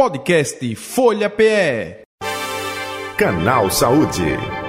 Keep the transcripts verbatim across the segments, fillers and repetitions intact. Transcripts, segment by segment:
Podcast Folha P E. Canal Saúde.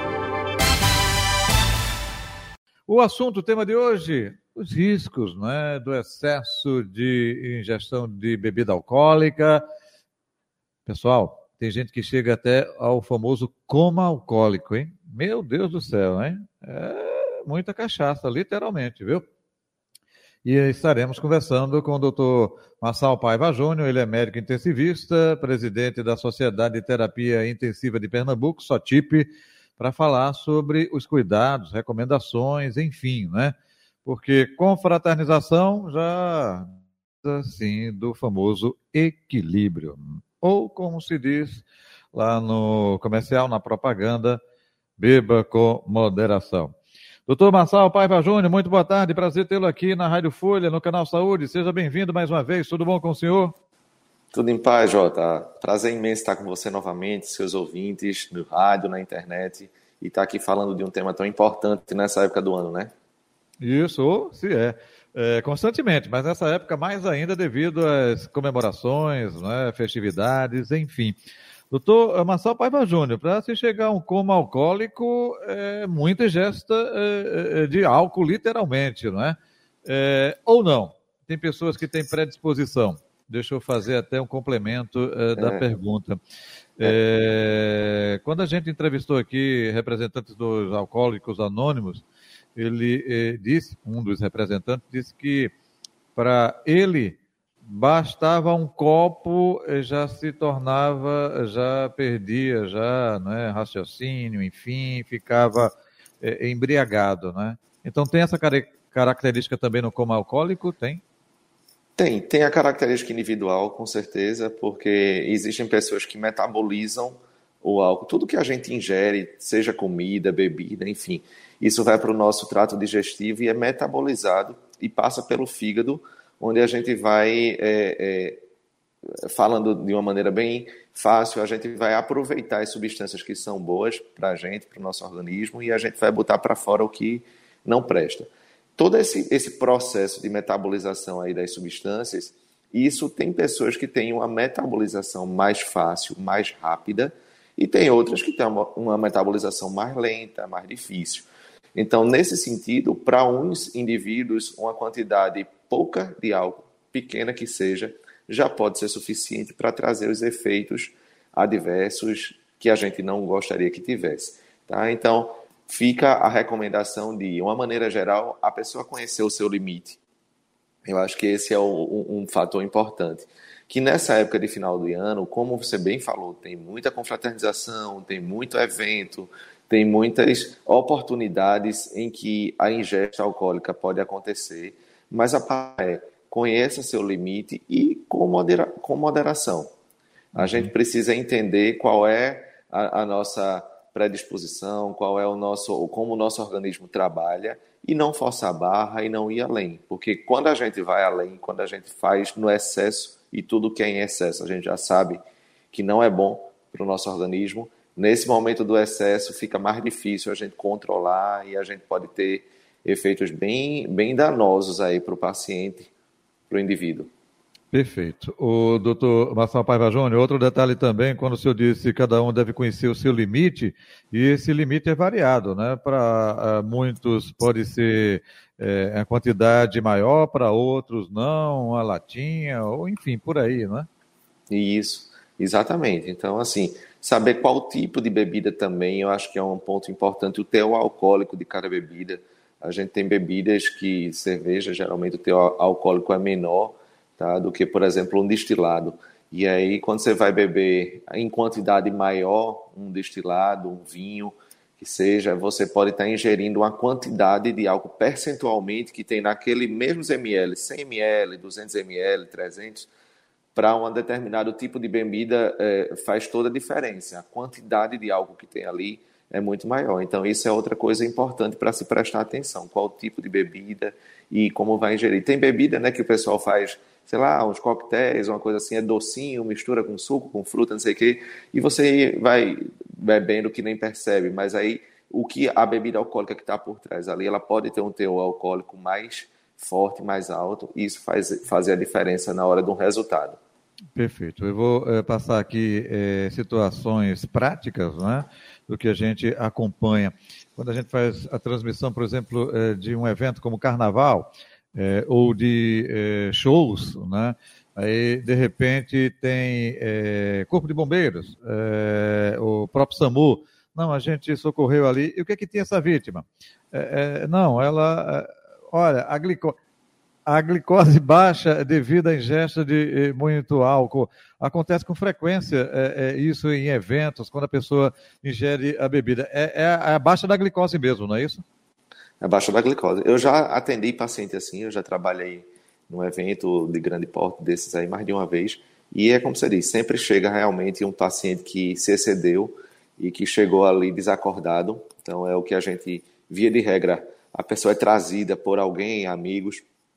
O assunto, o tema de hoje, os riscos, né, do excesso de ingestão de bebida alcoólica. Pessoal, tem gente que chega até ao famoso coma alcoólico, hein? Meu Deus do céu, hein? É muita cachaça, literalmente, viu? E estaremos conversando com o doutor Marçal Paiva Júnior, ele é médico intensivista, presidente da Sociedade de Terapia Intensiva de Pernambuco, SOTIP, para falar sobre os cuidados, recomendações, enfim, né? Porque confraternização já, assim, do famoso equilíbrio. Ou, como se diz lá no comercial, na propaganda, beba com moderação. Doutor Marçal Paiva Júnior, muito boa tarde, prazer tê-lo aqui na Rádio Folha, no Canal Saúde. Seja bem-vindo mais uma vez, tudo bom com o senhor? Tudo em paz, Jota. Prazer imenso estar com você novamente, seus ouvintes, no rádio, na internet, e estar aqui falando de um tema tão importante nessa época do ano, né? Isso, se é. é constantemente, mas nessa época mais ainda devido às comemorações, né, festividades, enfim. Doutor Marçal Paiva Júnior, para se chegar a um coma alcoólico, é muita ingesta é, de álcool, literalmente, não é? é? Ou não? Tem pessoas que têm predisposição. Deixa eu fazer até um complemento é, da é. pergunta. É, quando a gente entrevistou aqui representantes dos Alcoólicos Anônimos, ele é, disse, um dos representantes disse que para ele bastava um copo, já se tornava, já perdia, já, né, raciocínio, enfim, ficava é, embriagado, né? Então tem essa car- característica também no coma alcoólico? Tem? Tem, tem a característica individual, com certeza, porque existem pessoas que metabolizam o álcool. Tudo que a gente ingere, seja comida, bebida, enfim, isso vai para o nosso trato digestivo e é metabolizado e passa pelo fígado, onde a gente vai, é, é, falando de uma maneira bem fácil, a gente vai aproveitar as substâncias que são boas para a gente, para o nosso organismo, e a gente vai botar para fora o que não presta. Todo esse, esse processo de metabolização aí das substâncias, isso tem pessoas que têm uma metabolização mais fácil, mais rápida, e tem outras que têm uma, uma metabolização mais lenta, mais difícil. Então, nesse sentido, para uns indivíduos, uma quantidade pouca de álcool, pequena que seja, já pode ser suficiente para trazer os efeitos adversos que a gente não gostaria que tivesse. Tá? Então, fica a recomendação de, de uma maneira geral, a pessoa conhecer o seu limite. Eu acho que esse é o, um, um fator importante. Que nessa época de final do ano, como você bem falou, tem muita confraternização, tem muito evento, tem muitas oportunidades em que a ingesta alcoólica pode acontecer, mas a palavra é, conheça seu limite e com, modera- com moderação. A gente precisa entender qual é a, a nossa predisposição, qual é o nosso, como o nosso organismo trabalha, e não forçar a barra e não ir além. Porque quando a gente vai além, quando a gente faz no excesso, e tudo que é em excesso a gente já sabe que não é bom para o nosso organismo, nesse momento do excesso fica mais difícil a gente controlar e a gente pode ter efeitos bem, bem danosos aí para o paciente, para o indivíduo. Perfeito. O doutor Marçal Paiva Júnior, outro detalhe também, quando o senhor disse que cada um deve conhecer o seu limite, e esse limite é variado, né? Para uh, muitos pode ser é, a quantidade maior, para outros não, uma latinha, ou enfim, por aí, né? Isso, exatamente. Então, assim, saber qual tipo de bebida também, eu acho que é um ponto importante, o teor alcoólico de cada bebida. A gente tem bebidas que, cerveja, geralmente o teor alcoólico é menor, tá, do que, por exemplo, um destilado. E aí, quando você vai beber em quantidade maior, um destilado, um vinho, que seja, você pode estar ingerindo uma quantidade de álcool percentualmente que tem naquele mesmos ml, cem mililitros, duzentos mililitros, trezentos, para um determinado tipo de bebida é, faz toda a diferença. A quantidade de álcool que tem ali é muito maior. Então, isso é outra coisa importante para se prestar atenção. Qual tipo de bebida e como vai ingerir. Tem bebida, né, que o pessoal faz, sei lá, uns coquetéis, uma coisa assim, é docinho, mistura com suco, com fruta, não sei o quê, e você vai bebendo que nem percebe. Mas aí, o que a bebida alcoólica que está por trás ali, ela pode ter um teor alcoólico mais forte, mais alto, e isso faz fazer a diferença na hora do resultado. Perfeito. Eu vou é, passar aqui é, situações práticas, né, do que a gente acompanha. Quando a gente faz a transmissão, por exemplo, é, de um evento como Carnaval, é, ou de é, shows, né, aí, de repente, tem é, Corpo de Bombeiros, é, o próprio SAMU. Não, a gente socorreu ali. E o que é que tinha essa vítima? É, é, não, ela... Olha, a glicose... A glicose baixa devido à ingesta de muito álcool. Acontece com frequência é, é, isso em eventos, quando a pessoa ingere a bebida. É, é a baixa da glicose mesmo, não é isso? É a baixa da glicose. Eu já atendi paciente assim, eu já trabalhei num evento de grande porte desses aí mais de uma vez. E é como você diz, sempre chega realmente um paciente que se excedeu e que chegou ali desacordado. Então é o que a gente, via de regra, a pessoa é trazida por alguém, amigos,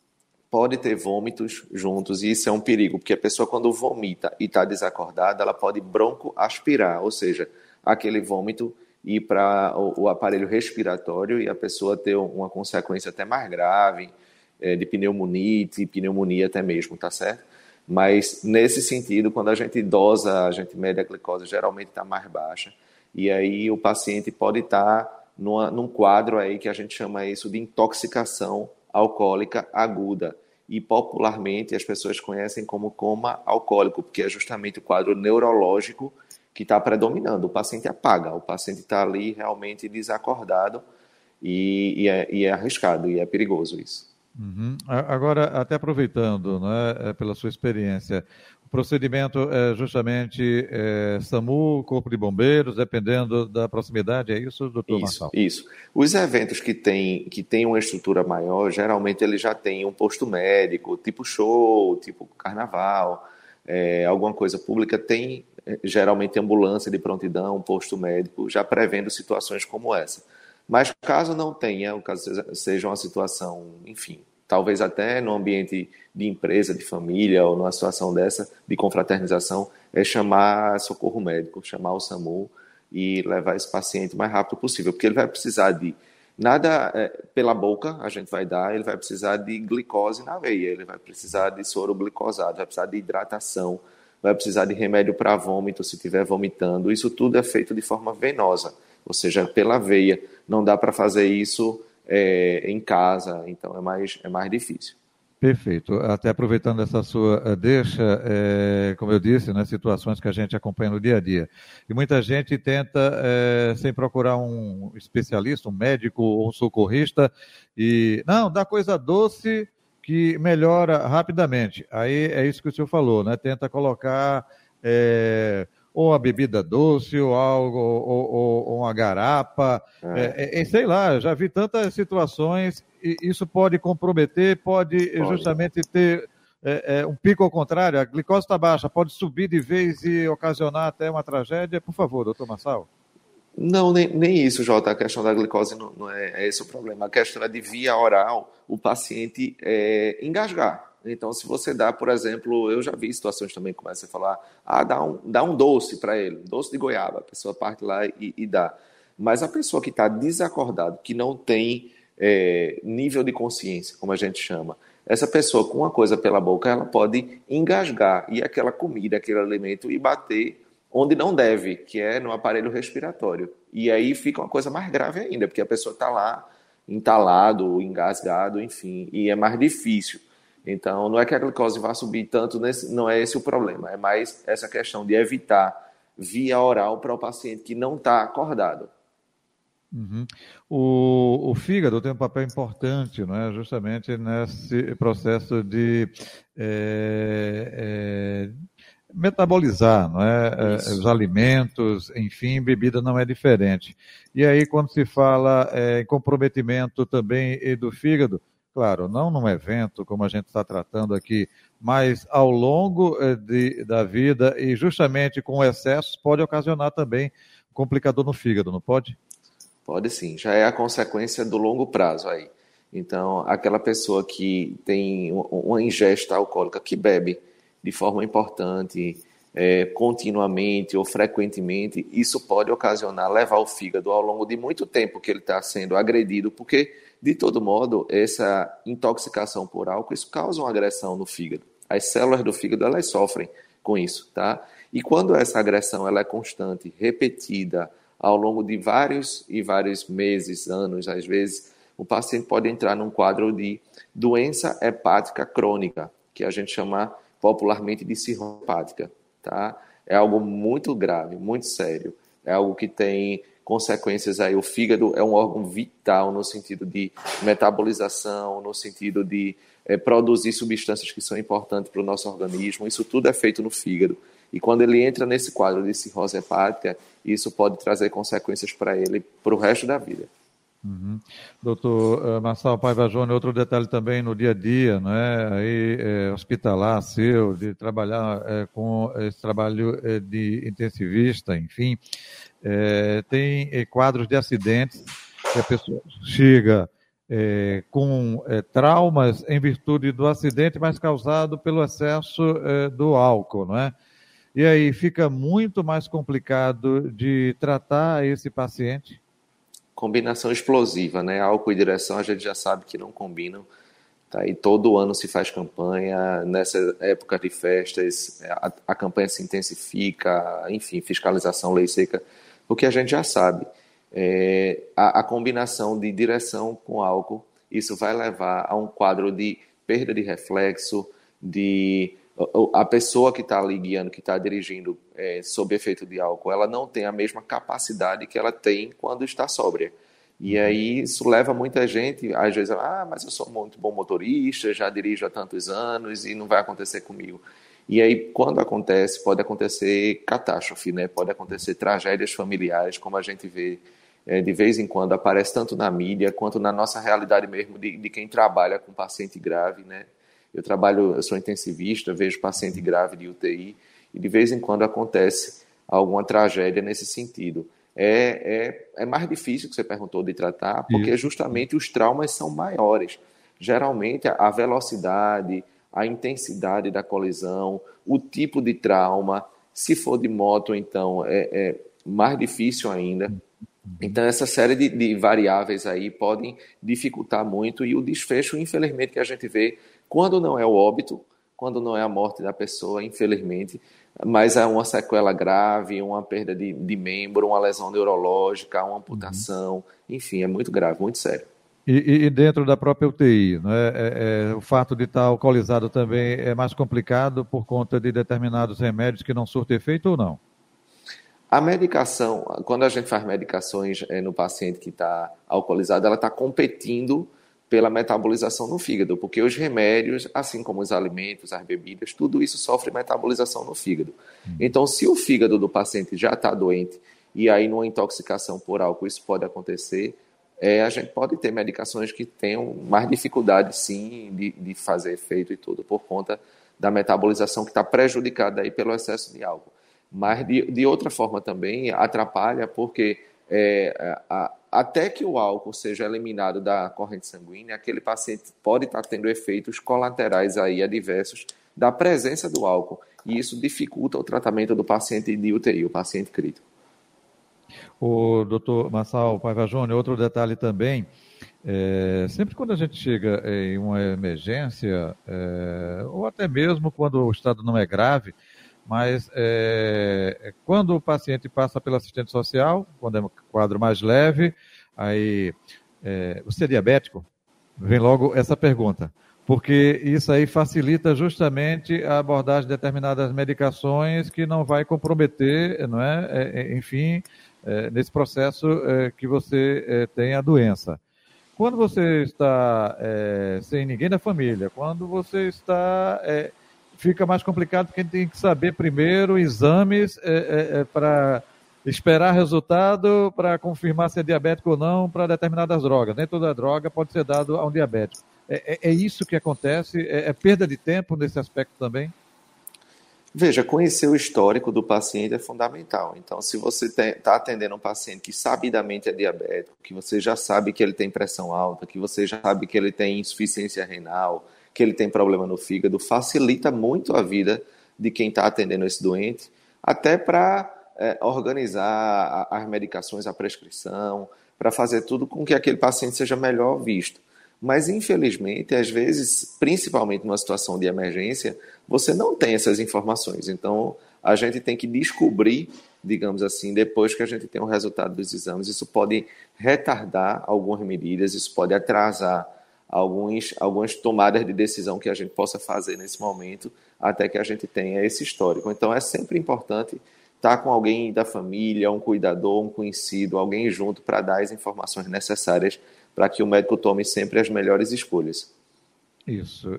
pode ter vômitos juntos, e isso é um perigo, porque a pessoa, quando vomita e está desacordada, ela pode broncoaspirar, ou seja, aquele vômito ir para o, o aparelho respiratório e a pessoa ter uma consequência até mais grave, é, de pneumonite, pneumonia até mesmo, tá certo? Mas, nesse sentido, quando a gente dosa, a gente mede a glicose, geralmente está mais baixa, e aí o paciente pode estar numa, num quadro aí que a gente chama isso de intoxicação alcoólica aguda, e popularmente as pessoas conhecem como coma alcoólico, porque é justamente o quadro neurológico que está predominando. O paciente apaga, o paciente está ali realmente desacordado e, e, é, e é arriscado, e é perigoso isso. Uhum. Agora, até aproveitando, né, pela sua experiência, o procedimento é justamente é, SAMU, Corpo de Bombeiros, dependendo da proximidade, é isso, doutor Marçal? Isso, isso. Os eventos que têm que tem uma estrutura maior, geralmente ele já tem um posto médico, tipo show, tipo carnaval, é, alguma coisa pública, tem geralmente ambulância de prontidão, um posto médico, já prevendo situações como essa. Mas caso não tenha, caso seja uma situação, enfim, talvez até no ambiente de empresa, de família, ou numa situação dessa, de confraternização, é chamar socorro médico, chamar o SAMU e levar esse paciente o mais rápido possível, porque ele vai precisar de nada é, pela boca, a gente vai dar, ele vai precisar de glicose na veia, ele vai precisar de soro glicosado, vai precisar de hidratação, vai precisar de remédio para vômito, se estiver vomitando. Isso tudo é feito de forma venosa, ou seja, pela veia. Não dá para fazer isso é, em casa, então é mais, é mais difícil. Perfeito. Até aproveitando essa sua deixa, é, como eu disse, né, situações que a gente acompanha no dia a dia. E muita gente tenta, é, sem procurar um especialista, um médico ou um socorrista, e, não, dá coisa doce que melhora rapidamente. Aí é isso que o senhor falou, né? Tenta colocar é, ou a bebida doce, ou algo, ou, ou, ou uma garapa, é. É, é, sei lá, já vi tantas situações, e isso pode comprometer, pode, pode. justamente ter é, é, um pico ao contrário, a glicose está baixa, pode subir de vez e ocasionar até uma tragédia. Por favor, doutor Marçal. Não, nem, nem isso, Jota. A questão da glicose não, não é, é esse o problema. A questão é de via oral o paciente é, engasgar. Então, se você dá, por exemplo, eu já vi situações também, começa a falar, ah, dá um, dá um doce para ele, doce de goiaba, a pessoa parte lá e, e dá. Mas a pessoa que está desacordada, que não tem é, nível de consciência, como a gente chama, essa pessoa com uma coisa pela boca, ela pode engasgar e aquela comida, aquele alimento, e bater onde não deve, que é no aparelho respiratório. E aí fica uma coisa mais grave ainda, porque a pessoa está lá entalado, engasgado, enfim, e é mais difícil. Então, não é que a glicose vá subir tanto, nesse, não é esse o problema, é mais essa questão de evitar via oral para o paciente que não está acordado. Uhum. O, o fígado tem um papel importante, né, justamente nesse processo de é, é, metabolizar, não é, é, os alimentos, enfim, bebida não é diferente. E aí, quando se fala é, em comprometimento também do fígado, claro, não num evento, como a gente está tratando aqui, mas ao longo de, da vida e justamente com excessos pode ocasionar também complicador no fígado, não pode? Pode sim, já é a consequência do longo prazo aí. Então, aquela pessoa que tem uma ingesta alcoólica, que bebe de forma importante, é, continuamente ou frequentemente, isso pode ocasionar, levar o fígado ao longo de muito tempo que ele está sendo agredido, porque, de todo modo, essa intoxicação por álcool, isso causa uma agressão no fígado. As células do fígado, elas sofrem com isso, tá? E quando essa agressão ela é constante, repetida, ao longo de vários e vários meses, anos, às vezes, o paciente pode entrar num quadro de doença hepática crônica, que a gente chama popularmente de cirrose hepática, tá? É algo muito grave, muito sério. É algo que tem consequências aí. O fígado é um órgão vital no sentido de metabolização, no sentido de é, produzir substâncias que são importantes para o nosso organismo. Isso tudo é feito no fígado. E quando ele entra nesse quadro de cirrose hepática, isso pode trazer consequências para ele para o resto da vida. Uhum. Doutor uh, Marçal Paiva Júnior, outro detalhe também no dia a dia, não é? Aí, é, hospitalar seu, de trabalhar é, com esse trabalho é, de intensivista, enfim, é, tem é, quadros de acidentes que a pessoa chega é, com é, traumas em virtude do acidente, mas causado pelo excesso é, do álcool, não é? E aí fica muito mais complicado de tratar esse paciente. Combinação explosiva, né? Álcool e direção a gente já sabe que não combinam. Tá? E todo ano se faz campanha, nessa época de festas, a, a campanha se intensifica, enfim, fiscalização, lei seca, o que a gente já sabe. É, a, a combinação de direção com álcool, isso vai levar a um quadro de perda de reflexo, de a pessoa que está ali guiando, que está dirigindo é, sob efeito de álcool, ela não tem a mesma capacidade que ela tem quando está sóbria. E aí isso leva muita gente, às vezes, ah, mas eu sou muito bom motorista, já dirijo há tantos anos e não vai acontecer comigo. E aí, quando acontece, pode acontecer catástrofe, né? Pode acontecer tragédias familiares, como a gente vê é, de vez em quando, aparece tanto na mídia quanto na nossa realidade mesmo de, de quem trabalha com paciente grave, né? Eu trabalho, eu sou intensivista, vejo paciente grave de U T I e de vez em quando acontece alguma tragédia nesse sentido. É, é, é mais difícil, que você perguntou, de tratar, porque Isso. justamente os traumas são maiores. Geralmente a velocidade, a intensidade da colisão, o tipo de trauma, se for de moto, então é, é mais difícil ainda. Então essa série de, de variáveis aí podem dificultar muito e o desfecho, infelizmente, que a gente vê quando não é o óbito, quando não é a morte da pessoa, infelizmente, mas é uma sequela grave, uma perda de, de membro, uma lesão neurológica, uma amputação, enfim, é muito grave, muito sério. E, e dentro da própria U T I, não é, é, é, o fato de estar alcoolizado também é mais complicado por conta de determinados remédios que não surtem efeito ou não? A medicação, quando a gente faz medicações é, no paciente que está alcoolizado, ela está competindo pela metabolização no fígado, porque os remédios, assim como os alimentos, as bebidas, tudo isso sofre metabolização no fígado. Então, se o fígado do paciente já está doente, e aí numa intoxicação por álcool isso pode acontecer, é, a gente pode ter medicações que tenham mais dificuldade, sim, de, de fazer efeito e tudo, por conta da metabolização que está prejudicada aí pelo excesso de álcool. Mas, de, de outra forma também, atrapalha porque é, a, até que o álcool seja eliminado da corrente sanguínea, aquele paciente pode estar tendo efeitos colaterais aí adversos da presença do álcool. E isso dificulta o tratamento do paciente de U T I, o paciente crítico. O doutor Marçal Paiva Júnior, outro detalhe também, é, sempre quando a gente chega em uma emergência, é, ou até mesmo quando o estado não é grave, mas é, quando o paciente passa pelo assistente social, quando é um quadro mais leve, aí é, você é diabético? Vem logo essa pergunta, porque isso aí facilita justamente a abordagem de determinadas medicações que não vai comprometer, não é? É, enfim, é, nesse processo é, que você é, tem a doença. Quando você está é, sem ninguém da família, quando você está... É, fica mais complicado porque tem que saber primeiro exames é, é, é, para esperar resultado, para confirmar se é diabético ou não, para determinadas drogas. Nem toda droga pode ser dada a um diabético. É, é, é isso que acontece? É, é perda de tempo nesse aspecto também? Veja, conhecer o histórico do paciente é fundamental. Então, se você está atendendo um paciente que sabidamente é diabético, que você já sabe que ele tem pressão alta, que você já sabe que ele tem insuficiência renal, que ele tem problema no fígado, facilita muito a vida de quem está atendendo esse doente, até para é, organizar as medicações, a prescrição, para fazer tudo com que aquele paciente seja melhor visto. Mas, infelizmente, às vezes, principalmente numa situação de emergência, você não tem essas informações. Então, a gente tem que descobrir, digamos assim, depois que a gente tem o resultado dos exames. Isso pode retardar algumas medidas, isso pode atrasar alguns, algumas tomadas de decisão que a gente possa fazer nesse momento, até que a gente tenha esse histórico. Então, é sempre importante estar com alguém da família, um cuidador, um conhecido, alguém junto para dar as informações necessárias para que o médico tome sempre as melhores escolhas. Isso.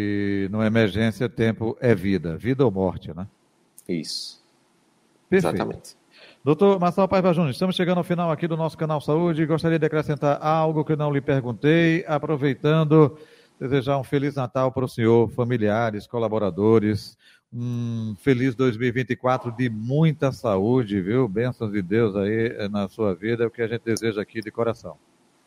E numa emergência, tempo é vida. Vida ou morte, né? Isso. Perfeito. Exatamente. Doutor Marçal Paiva Júnior, estamos chegando ao final aqui do nosso Canal Saúde. Gostaria de acrescentar algo que não lhe perguntei, aproveitando, desejar um Feliz Natal para o senhor, familiares, colaboradores, um feliz dois mil e vinte e quatro de muita saúde, viu? Bênçãos de Deus aí na sua vida, é o que a gente deseja aqui de coração.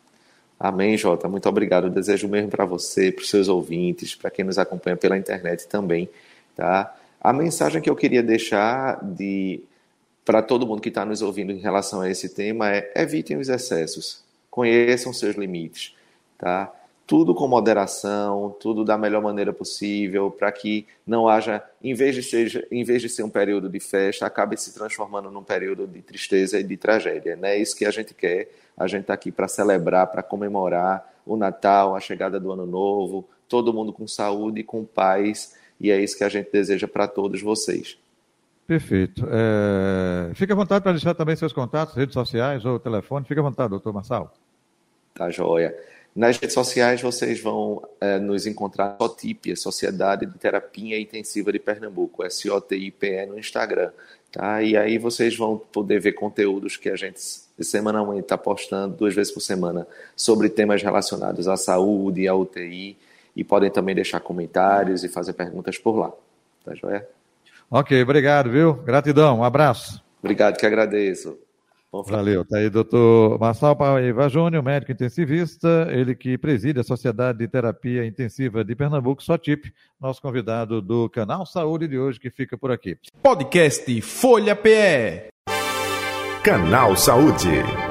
Amém, Jota. Muito obrigado. Eu desejo o mesmo para você, para os seus ouvintes, para quem nos acompanha pela internet também, tá? A mensagem que eu queria deixar de... para todo mundo que está nos ouvindo em relação a esse tema é: evitem os excessos, conheçam seus limites, tá? Tudo com moderação, tudo da melhor maneira possível, para que não haja, em vez de ser, em vez de ser um período de festa, acabe se transformando num período de tristeza e de tragédia. Não é isso que a gente quer. A gente está aqui para celebrar, para comemorar o Natal, a chegada do Ano Novo, todo mundo com saúde e com paz, e é isso que a gente deseja para todos vocês. Perfeito. É... Fique à vontade para deixar também seus contatos, redes sociais ou telefone. Fique à vontade, doutor Marçal. Tá joia. Nas redes sociais vocês vão é, nos encontrar no SOTIP, a Sociedade de Terapia Intensiva de Pernambuco, S O T I P E no Instagram. Tá? E aí vocês vão poder ver conteúdos que a gente semanalmente está postando, duas vezes por semana, sobre temas relacionados à saúde e à U T I, e podem também deixar comentários e fazer perguntas por lá. Tá joia? Ok, obrigado, viu? Gratidão, um abraço. Obrigado, que agradeço. Bom, valeu. Está aí doutor Marçal Paiva Júnior, médico intensivista, ele que preside a Sociedade de Terapia Intensiva de Pernambuco, SOTIP, nosso convidado do Canal Saúde de hoje, que fica por aqui. Podcast Folha P E. Canal Saúde.